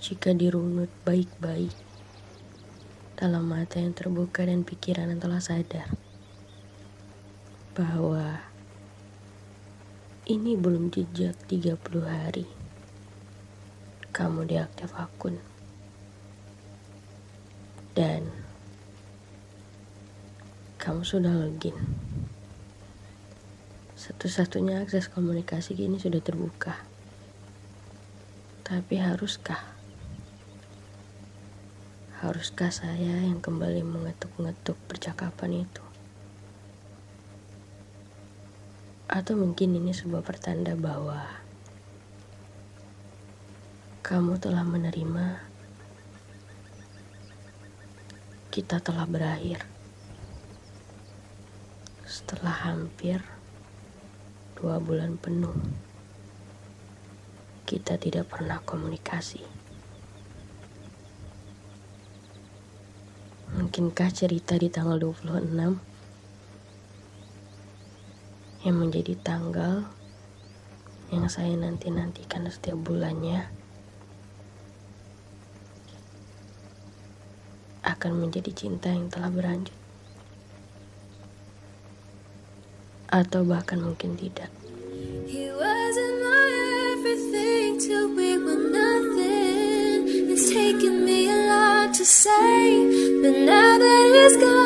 Jika dirunut baik-baik dalam mata yang terbuka dan pikiran yang telah sadar bahwa ini belum jejak 30 hari kamu deaktif akun, dan kamu sudah login. Satu-satunya akses komunikasi kini sudah terbuka. Tapi haruskah saya yang kembali mengetuk-ngetuk percakapan itu? Atau mungkin ini sebuah pertanda bahwa kamu telah menerima kita telah berakhir setelah hampir 2 bulan penuh kita tidak pernah komunikasi. Mungkinkah cerita di tanggal 26 yang menjadi tanggal yang saya nanti-nantikan setiap bulannya akan menjadi cinta yang telah berlanjut? Atau bahkan mungkin tidak. He wasn't my everything till we were nothing. It's taken me a lot to say, but now that he's gone